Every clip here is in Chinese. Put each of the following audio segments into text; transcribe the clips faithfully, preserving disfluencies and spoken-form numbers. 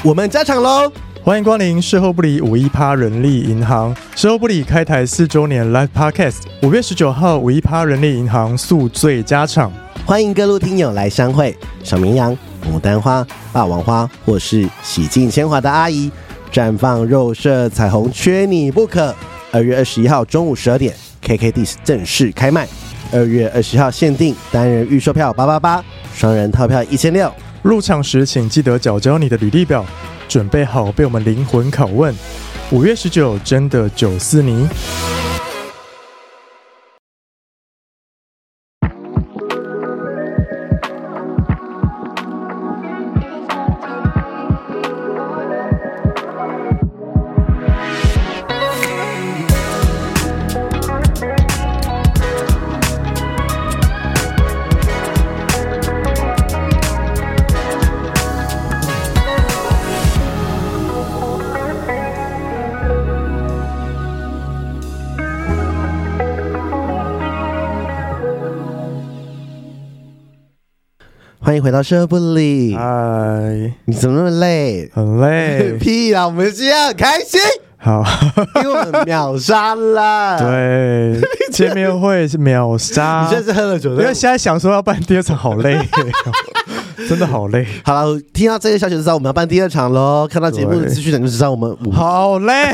我们加场喽！ 欢迎光临事后不理五一趴人力银行。事后不理开台四周年 Live Podcast， 五月十九号五一趴人力银行宿醉加场， 欢迎各路听友来相会。小绵羊、牡丹花、霸王花，或是洗尽铅华的阿姨，绽放肉色彩虹，缺你不可。二月二十一号中午十二点 ，K K D 正式开卖。二月二十号限定单人预售票八八八，双人套票一千六。 入场时请记得缴交你的履历表，准备好被我们灵魂拷问。五月十九真的九四你。 欢迎回到社不理。 嗨， 你怎么那么累？ 很累。 屁啦，我们今天很开心。 好， 因为我们秒杀了。 对，见面会是秒杀。 你现在是喝了酒， 因为现在想说要办第二场，好累，真的好累。 好了，听到这个消息就知道我们要办第二场喽。看到节目的资讯就知道我们好累。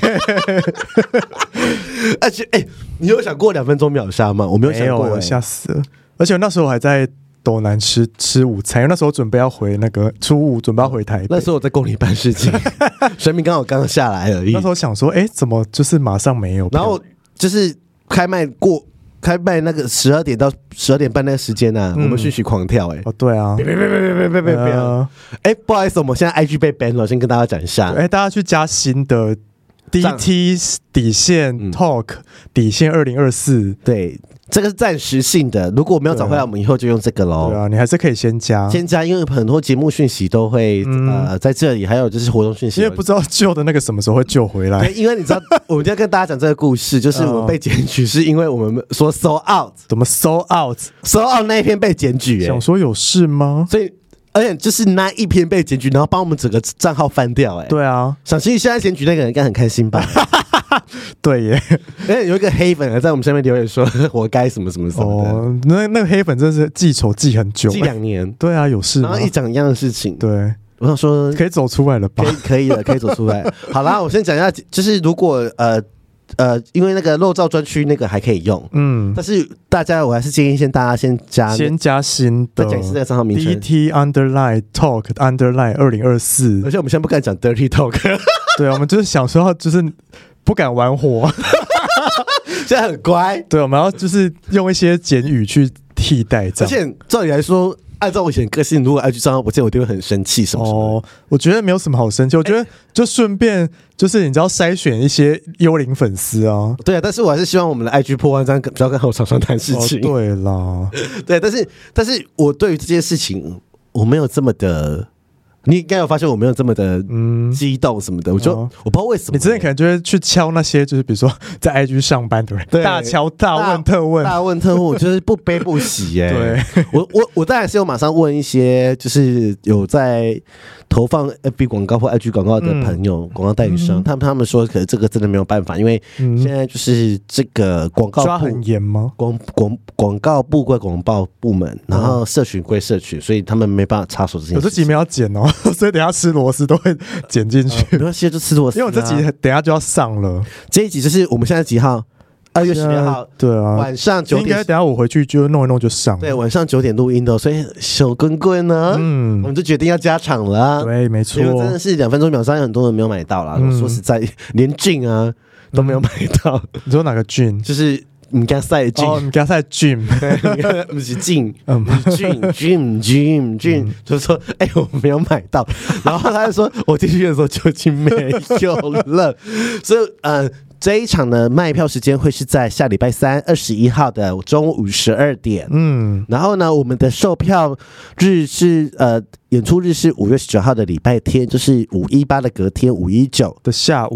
而且，哎、欸，你有想过两分钟秒杀吗？我没有想过、欸， 吓死了。而且那时候我还在斗南吃吃午餐，因为那时候准备要回那个初五，准备要回台北。 那时候我在宫里办事情，神明刚好刚下来而已。 那时候想说，哎、欸，怎么就是马上没有？ 然后就是开卖过开卖那个十二点到十二点半那个时间呢、啊嗯，我们讯息狂跳、欸，哎， 哦，对啊， 别别别别别别别别！哎，不好意思，我们现在 I G 被 ban 了，先跟大家讲一下。 哎、欸，大家去加新的 D T 底线、嗯、Talk 底线二零二四， 对。这个是暂时性的，如果我们要找回来，我们以后就用这个咯。 对啊，你还是可以先加， 先加，因为很多节目讯息都会、嗯、呃在这里，还有就是活动讯息， 因为不知道救的那个什么时候会救回来。 对，因为你知道，我们就要跟大家讲这个故事，就是我们被检举，是因为我们说 sold out， 怎么 sold out？sold out 那一篇被检举、欸， 想说有事吗？ 所以。而且就是那一篇被检举，然后帮我们整个账号翻掉、欸，哎， 对啊， 想必现在检举那个人应该很开心吧？ 对耶， 因为有一个黑粉还在我们下面留言说活该什么什么什么的。 哦，那那个黑粉真是记仇记很久， 记两年。 对啊，有事吗？ 然后一讲一样的事情。 对， 我想说可以走出来了吧？ 可以，可以了，可以走出来。好啦，我先讲一下，就是如果呃。呃，因为那个漏照专区那个还可以用，嗯，但是大家我还是建议先大家先加， 先加新的， 再讲一次那个账号名称 D T underline talk underline 二零二四， 而且我们现在不敢讲 dirty talk， 对啊，我们就是想说，就是不敢玩火， 现在很乖， 对，我们要就是用一些简语去替代， 而且照理来说。按照我以前个性，如果 I G 账号不见，我就会很生气什么什么。 哦，我觉得没有什么好生气，我觉得就顺便就是你知道筛选一些幽灵粉丝啊。 对啊，但是我还是希望我们的 I G 破万，这样比较跟好厂商谈事情。 哦、对啦， 对，但是但是我对于这件事情我没有这么的。你应该有发现我没有这么的激动什么的，嗯、我就、哦、我不知道为什么。 你之前可能就会去敲那些，就是比如说在 I G 上班的人，大敲大问特问， 大问特问，就是不悲不喜耶、 欸。 对，我我我当然是有马上问一些，就是有在投放 F B 广告或 I G 广告的朋友，广、嗯、告代理商，嗯、他们他们说，可是这个真的没有办法，因为现在就是这个广告抓很严吗？ 广广广告部归广告部门，然后社群归社群，所以他们没办法插手这件事情。 有这集没有剪哦。所以等一下吃螺丝都会剪进去、 呃，没关系，就吃螺丝、啊。 因为我这集等一下就要上了， 这一集就是我们现在几号？二月十六号， 对啊， 晚上九点。 应该等一下我回去就弄一弄就上了。 对，晚上九点录音的，所以小棍棍呢，嗯，我们就决定要加场了、啊。 对，没错， 因为真的是两分钟秒杀，很多人没有买到啦。嗯、我说实在，连俊啊都没有买到。 嗯、你说哪个俊？ 就是你刚赛俊， 哦，你刚赛俊， 不是俊，嗯，俊俊俊俊，就说哎、欸，我没有买到，然后他就说我进去的时候就已经没有了，所以呃。这一场的卖票时间会是在下礼拜三二十一号的中午十二点，嗯，然后呢，我们的售票日是呃演出日是五月十九号的礼拜天，就是五一八的隔天，五一九的下午。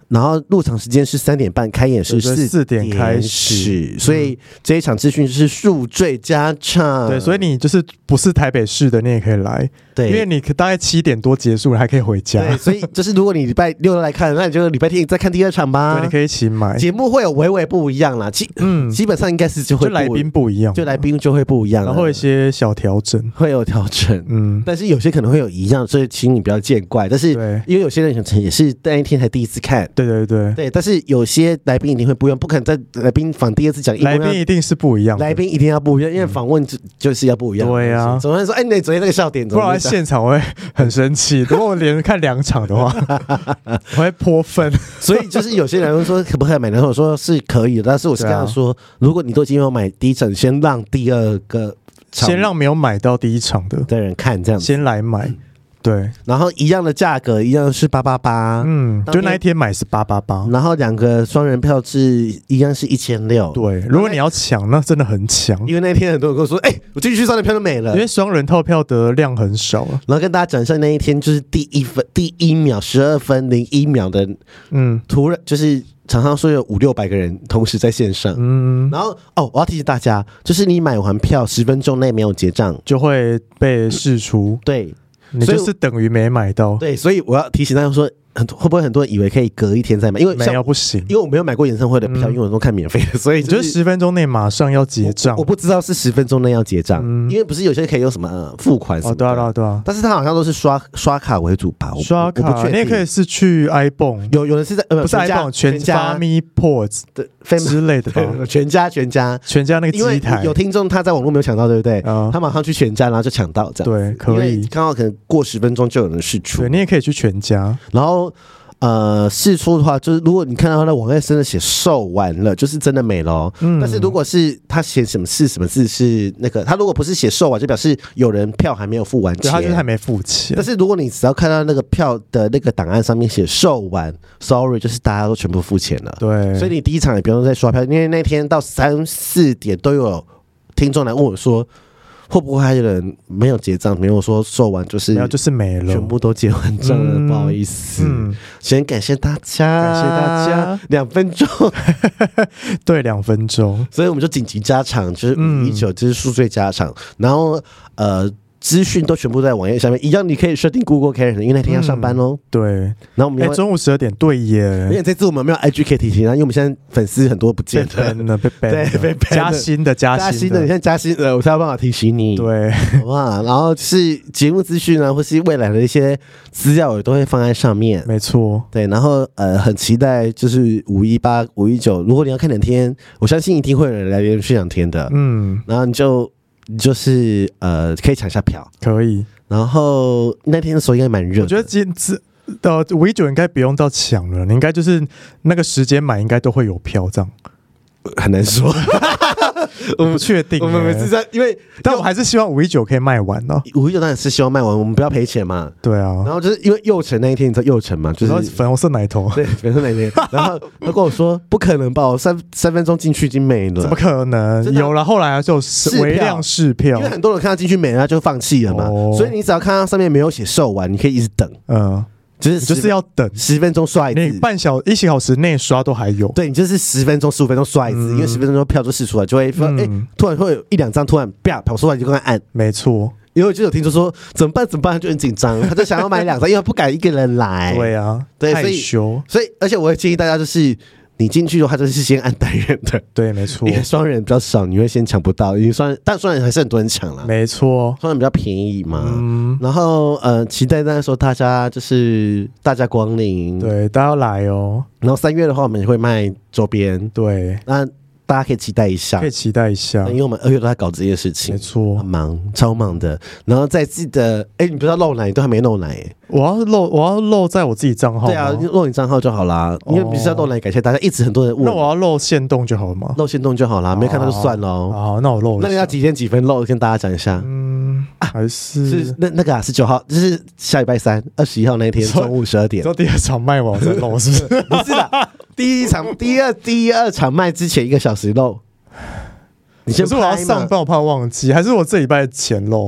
然后入场时间是三点半，开演是四点开始， 所以这一场资讯是宿醉加场。 对，所以你就是不是台北市的，你也可以来，对，因为你大概七点多结束了，还可以回家。 对，所以就是如果你礼拜六来看，那你就礼拜天再看第二场吧。 对，你可以一起买。 节目会有微微不一样啦，基嗯，基本上应该是就会就来宾不一样， 就来宾就会不一样， 然后一些小调整， 会有调整，嗯，但是有些可能会有一样，所以请你不要见怪。但是因为有些人可能也是那一天才第一次看， 对对对对，但是有些来宾一定会不一样，不可能在来宾访第二次讲， 来宾一定是不一样的， 来宾一定要不一样，因为访问就是要不一样。 对啊， 总会说，哎，你昨天那个笑点， 不然现场我会很生气。如果我连看两场的话，我会泼粪。 所以就是有些人会说可不可以买？然后我说是可以的，但是我是跟他说，如果你都已经有买第一场，先让第二个， 先让没有买到第一场的的人看，这样先来买。对， 然后一样的价格，一样是八八八， 嗯，就那一天买是八八八， 然后两个双人票是一样是一千六。 对，如果你要抢，那真的很抢， 因为那天很多人跟我说，哎、欸，我进去双人票都没了， 因为双人套票的量很少。 然后跟大家讲一下，那一天就是第一分第一秒十二分零一秒的，嗯，突然就是常常说有五六百个人同时在线上，嗯，然后哦，我要提醒大家，就是你买完票十分钟内没有结账， 就会被释出， 对。 你就是等于没买到， 对，所以我要提醒大家说，很会不会很多人以为可以隔一天再买？因为没有不行， 因为我没有买过演唱会的票，嗯、因为我都看免费的，所以就是、就是十分钟内马上要结账。 我, 我不知道是十分钟内要结账，嗯、因为不是有些可以用什么、呃、付款什么的， 哦，对啊对啊对啊， 但是他好像都是刷刷卡为主吧？ 刷卡，你也可以是去 iPhone， 有有人是在呃不是 iPhone 全家 Me Ports 的之类的吧？ 全家全家全家那个机台， 有听众他在网络没有抢到，对不对？嗯、他马上去全家，然后就抢到这样。 对，可以， 刚好可能过十分钟就有人释出。 对，你也可以去全家， 然后。呃，释出的话，就是如果你看到他的网页真的写售完了，就是真的没了、哦。嗯，但是如果是他写什么是什么字是那个，他如果不是写售完，就表示有人票还没有付完钱， 对，他就是还没付钱。 但是如果你只要看到那个票的那个档案上面写售完 ，sorry， 就是大家都全部付钱了。 对， 所以你第一场也不用再刷票，因为那天到三四点都有听众来问我说。会不会还有人没有结账？没有说售完就是没有，就是没了， 全部都结完账了，嗯、不好意思。嗯，先感谢大家， 感谢大家， 两分钟， 对，两分钟， 所以我们就紧急加场，就是五一九，就是宿醉加场，然后呃。资讯都全部在网页上面，一样你可以设定 Google Calendar， 因为那天要上班哦。 嗯、对， 然后我们哎、欸，中午十二点，对耶。 因为这次我们没有 I G 可以提醒，因为我们现在粉丝很多不见了，被 ban 了，对，被 ban 加薪的，加薪的， 你现在加薪了，我才有办法提醒你。 对， 好不好？然后是节目资讯啊，或是未来的一些资料，我都会放在上面。 没错， 对，然后呃，很期待就是五一八、五一九，如果你要看两天，我相信一定会有人来连续两天的。嗯，然后你就。就是呃，可以抢一下票， 可以。 然后那天的时候应该蛮热的， 我觉得今次呃五一九应该不用到抢了，你应该就是那个时间买，应该都会有票，这样很难说。 我不确定、欸， 我们每次在，因为但我还是希望五一九可以卖完哦。 五一九当然是希望卖完，我们不要赔钱嘛。 对啊。 然后就是因为佑成那一天，你知道佑成嘛，就是粉红色奶头， 对，粉红色奶头。然后他跟我说，不可能吧，我三三分钟进去已经没了。 怎么可能？有了，后来就微量试票， 因为很多人看到进去没了，他就放弃了嘛。哦、所以你只要看到上面没有写售完，你可以一直等。嗯。就是你就是要等十分钟刷一次， 你半小一小时内刷都还有。 对，你就是十分钟、十五分钟刷一次，嗯、因为十分钟票就释出来，就会说，哎、嗯欸，突然会有一两张突然啪跑出来，就赶快按。 没错， 因为就有听说说怎么办怎么办，他就很紧张，他就想要买两张，因为他不敢一个人来。 对啊， 对， 害羞。 所以，而且我会建议大家就是。你进去的话，就是先按单人的， 对，没错。 因为双人比较少，你会先抢不到。因为双人，但双人还是很多人抢啦， 没错。 双人比较便宜嘛。嗯、然后呃，期待那时候大家就是大驾光临， 对，大家要来哦。 然后三月的话，我们也会卖周边， 对， 那。大家可以期待一下， 可以期待一下， 因为我们二月都在搞这件事情， 没错， 很忙，超忙的。然后再记得，哎、欸，你不是要露奶，你都还没露奶， 我要露，我要露在我自己账号， 对啊，露你账号就好啦。因为不是要露奶，感谢大家，一直很多人问， 那我要露限动就好了吗？ 露限动就好啦，没看到就算喽。 好，那我露。 那你要几点几分露？跟大家讲一下。 嗯，啊、还是是那那个啊，十九号，就是下礼拜三，二十一号那天中午十二点。 说第二场卖完我再露，是不是？ 不是的，第一场、第二、第二场卖之前一个小时露。 你先可是我要上班，我怕忘记，还是我这礼拜前露？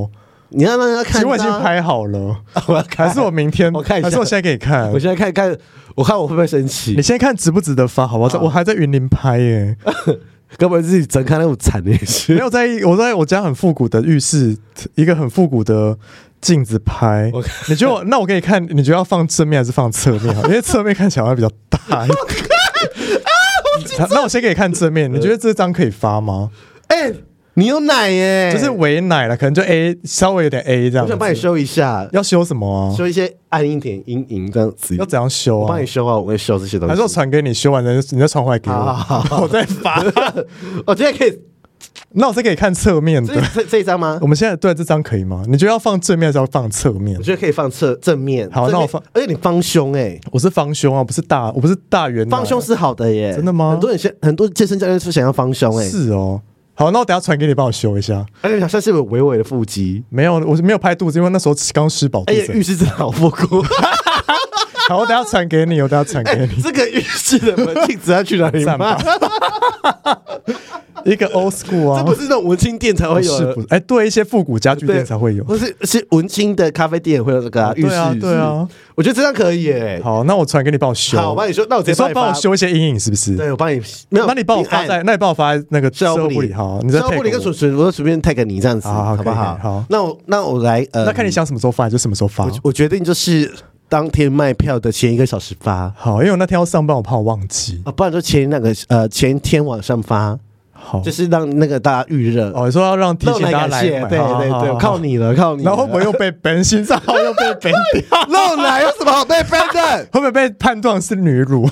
你要让人家看到。 其实我已经拍好了， 我要看， 还是我明天？ 我看一下， 还是我现在给你看？ 我现在看看，我看我会不会生气？ 你先看值不值得发，好不好？我还在云林拍耶。 根本自己整看那种惨的事， 没有在我在我家很复古的浴室，一个很复古的镜子拍。你觉得我那我给你看，你觉得要放正面还是放侧面？因为侧面看起来会比较大一点。啊、那我先给你看正面，你觉得这张可以发吗？ 哎、欸，你有奶耶， 就是微奶了，可能就 A 稍微有点 A 这样。 我想帮你修一下， 要修什么啊？ 修一些暗一点阴影这样子。 要怎样修啊？ 我帮你修啊，我会修这些东西。 还是我传给你，修完了你再传回来给我，好好好我再发。 我觉得可以。 那我再给你看侧面的， 这这一张吗？ 我们现在对这张可以吗？你觉得要放正面还是要放侧面？ 我觉得可以放侧正面。 好，那我放， 而且你方胸哎、欸， 我是方胸啊，不是大，我不是大圆。 方胸是好的耶， 真的吗？ 很多人很多健身教练是想要方胸哎、欸， 是哦。好，那我等一下传给你，帮我修一下。 而且好像是有微微的腹肌， 没有，我是没有拍肚子，因为那时候刚吃饱肚子。 哎呀，浴室真的好复古。 好，我等一下传给你，我等一下传给你。 欸、这个浴室的门镜子要去哪里买？ 一个 old school 啊， 这不是那种文青店才会有的， 是哎，对，一些复古家具店才会有， 不是是文青的咖啡店会有这个啊。浴室， 对啊，对啊， 我觉得这样可以耶。 好，那我传给你，帮我修。 好，我帮你修。那我直接帮你帮我修一些阴影，是不是？ 对，我帮你。没有， 那你帮我发在，那你帮我发在那个社交部里。好，你在社交部里跟随随，我随便 tag 你这样子，好不好？ 好， 那我那我来呃， 那看你想什么时候发就什么时候发。 我决定就是当天卖票的前一个小时发。 好，因为我那天要上班，我怕我忘记啊，不然就前那个呃前天晚上发。 好， 就是让那个大家预热哦，你说要让提醒大家来买， 对对对，靠你了，靠你。 然后会不会又被 ban 新账号又被 ban 掉？ 露奶有什么好被 ban 的？ 会不会被判断是女乳？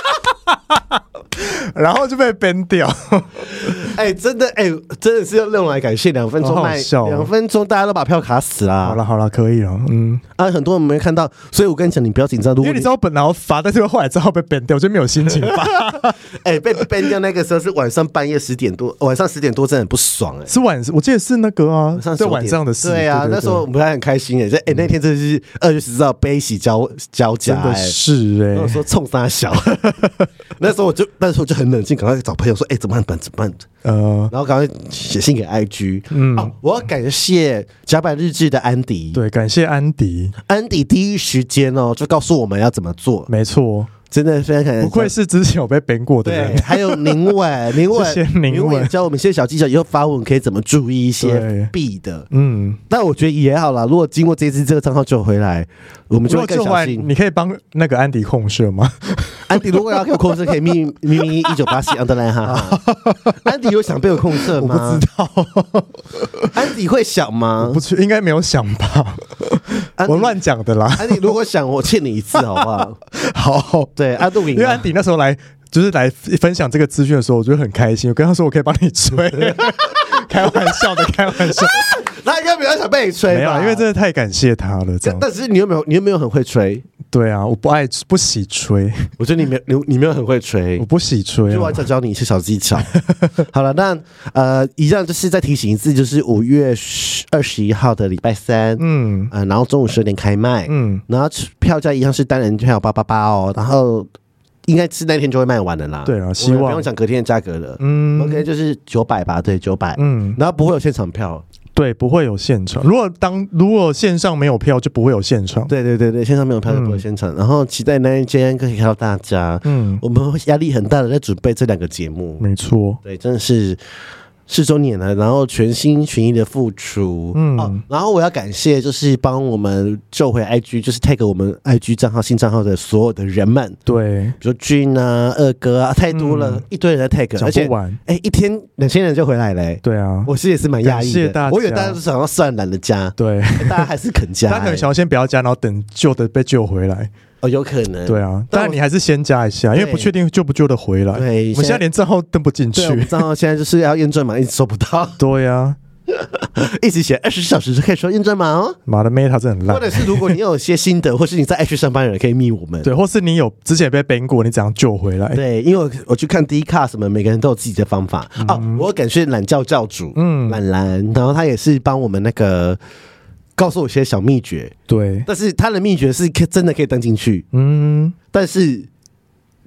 然后就被 ban 掉。 哎、欸，真的，哎、欸，真的是要用来感谢，两分钟卖，两、哦、分钟大家都把票卡死啦。 好了好了，可以了，嗯啊，很多人没看到，所以我跟你讲，你不要紧张，因为你知道我本来要发，但是后来之后被 ban 掉，我就没有心情发。 哎、欸，被 ban 掉那个时候是晚上半夜十点多，晚上十点多真的很不爽哎、欸， 是晚，我记得是那个啊， 晚上对晚上的事， 对啊，对对对，那时候我们还很开心哎、欸，哎、欸、那天真的是二月十四号悲喜交交加、欸， 真的是哎、欸， 我说冲三小，那时候我就那时候我就很冷静，赶快找朋友说，哎、欸，怎么办？怎么办？呃，然后赶快写信给 I G， 嗯、哦，我要感谢甲板日志的安迪， 对，感谢安迪， 安迪第一时间哦就告诉我们要怎么做， 没错。 真的非常感谢， 不愧是之前有被 ban 过的人。 对，还有宁伟，宁伟，宁伟教我们一些小技巧，以后发文可以怎么注意一些弊的。嗯，但我觉得也好啦，如果经过这次这个账号救回来，我们就会更小心。 你可以帮那个安迪控射吗？ 安迪如果要给我控射，可以秘秘密一九八七 underline 哈。安迪有想被我控射吗？ 我不知道。 安迪会想吗？ 不去，应该没有想吧。我乱讲的啦。 安迪如果想，我欠你一次好不好？ 好。 对，安杜， 因为安迪那时候来就是来分享这个资讯的时候，我觉得很开心。我跟他说我可以帮你吹，开玩笑的，开玩笑。 他应该比较想被你吹吧？ 没有，因为真的太感谢他了。这样， 但是你有没有，你有没有很会吹？ 对啊，我不爱不喜吹。 我觉得你没你你没有很会吹， 我不喜吹、啊。 就我要教教你一些小技巧。好了，那呃，一样就是再提醒一次，就是五月二十一号的礼拜三，嗯，呃，然后中午十二点开卖，嗯，然后票价一样是单人票八八八哦，然后应该是那天就会卖完了啦。 对啊，希望不用讲隔天的价格了，嗯 ，OK， 就是九百吧，对，九百，嗯，然后不会有现场票。 对，不会有现场。如果当如果线上没有票，就不会有现场。 对对对对，线上没有票就不会有现场。嗯、然后期待那一天可以看到大家。嗯，我们压力很大的在准备这两个节目。 没错， 对，真的是四周年了，然后全心全意的付出。嗯、哦，然后我要感谢就是帮我们救回 I G， 就是 tag 我们 I G 账号新账号的所有的人们。 对， 比如说君啊、二哥啊，太多了，嗯、一堆人在 tag， 而且哎、欸，一天两千人就回来了、欸。 对啊， 我是也是蛮讶异的。 谢谢大家， 我以为大家都想要算懒得加， 对， 大家还是肯加、欸。 大家可能想要先不要加，然后等救的被救回来。 哦，有可能。 对啊，但是你还是先加一下，因为不确定救不救得回来。 对， 我们现在连账号登不进去， 我们账号现在就是要验证码，一直收不到。 对啊， 一直写二十小时就可以收验证码哦。 妈的 ，Meta 真的很烂。 或者是如果你有些心得，或是你在 H 上班的人可以密我们。 对，或是你有之前被 ban 过，你怎样救回来？ 对，因为我我去看 D 卡什么，每个人都有自己的方法。嗯、哦，我感谢懒教教主，嗯，懒懒，然后他也是帮我们那个。告诉我一些小秘诀， 对， 但是他的秘诀是可真的可以登进去，嗯，但是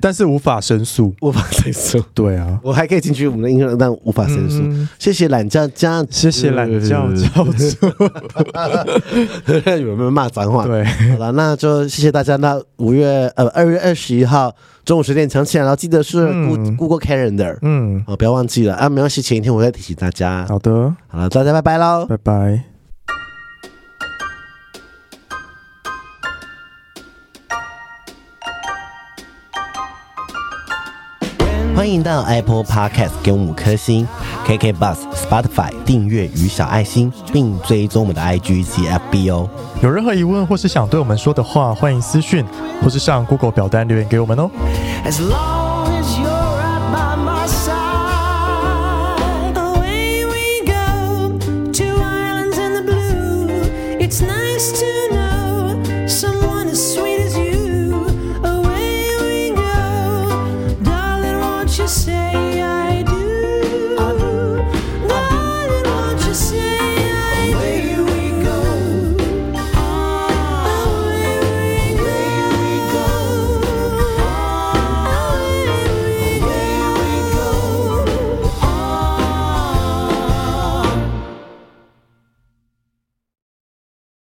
但是无法申诉， 无法申诉。 对啊， 我还可以进去我们的音乐，但无法申诉。嗯、谢谢懒教教， 谢谢懒教教主。 有没有骂脏话？ 对， 好了，那就谢谢大家。那五月呃二月二十一号中午十点抢起来，然后记得是 Google Calendar， 嗯，哦，不要忘记了啊，没关系，前一天我再提醒大家。 好的， 好了，大家拜拜喽， 拜拜。 欢迎到 Apple Podcast 给我们五颗星 ，K K Bus、Spotify 订阅与小爱心，并追踪我们的 I G 及 F B 哦。 有任何疑问或是想对我们说的话，欢迎私讯或是上 Google 表单留言给我们哦。As long as